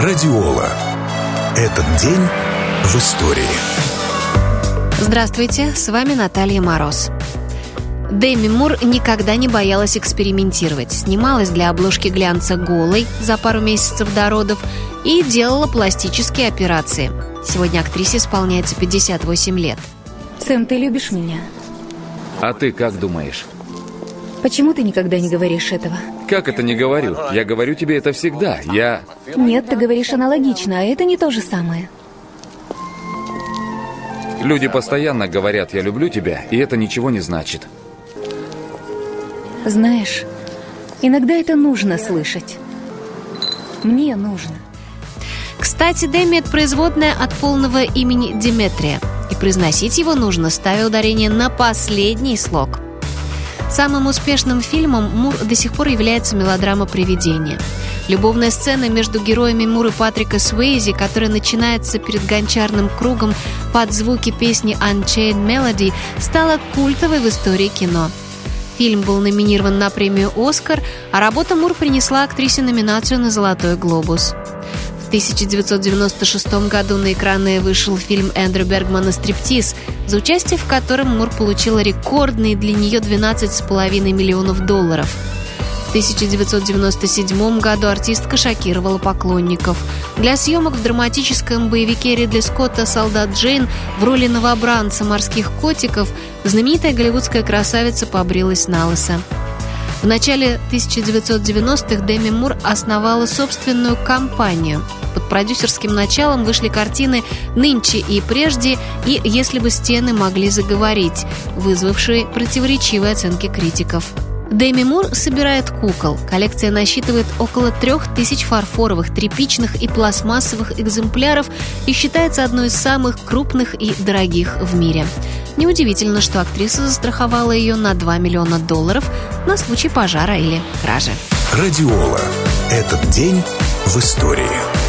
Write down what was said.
Радиола. Этот день в истории. Здравствуйте, с вами Наталья Мороз. Деми Мур никогда не боялась экспериментировать. Снималась для обложки глянца голой за пару месяцев до родов и делала пластические операции. Сегодня актрисе исполняется 58 лет. Сэм, ты любишь меня? А ты как думаешь? Почему ты никогда не говоришь этого? Как это не говорю? Я говорю тебе это всегда. Нет, ты говоришь аналогично, а это не то же самое. Люди постоянно говорят «я люблю тебя», и это ничего не значит. Знаешь, иногда это нужно слышать. Мне нужно. Кстати, Деми – это производная от полного имени Деметрия. И произносить его нужно, ставя ударение на последний слог. Самым успешным фильмом Мур до сих пор является мелодрама «Привидение». Любовная сцена между героями Мур и Патрика Суэйзи, которая начинается перед гончарным кругом под звуки песни «Unchained Melody», стала культовой в истории кино. Фильм был номинирован на премию «Оскар», а работа Мур принесла актрисе номинацию на «Золотой глобус». В 1996 году на экраны вышел фильм Эндрю Бергмана «Стриптиз», за участие в котором Мур получила рекордные для нее $12,5 миллионов. В 1997 году артистка шокировала поклонников. Для съемок в драматическом боевике Ридли Скотта «Солдат Джейн» в роли новобранца морских котиков знаменитая голливудская красавица побрилась налысо. В начале 1990-х Деми Мур основала собственную компанию. Под продюсерским началом вышли картины «Нынче и прежде» и «Если бы стены могли заговорить», вызвавшие противоречивые оценки критиков. Деми Мур собирает кукол. Коллекция насчитывает около 3000 фарфоровых, тряпичных и пластмассовых экземпляров и считается одной из самых крупных и дорогих в мире. Неудивительно, что актриса застраховала ее на $2 миллиона на случай пожара или кражи. Радиола. Этот день в истории.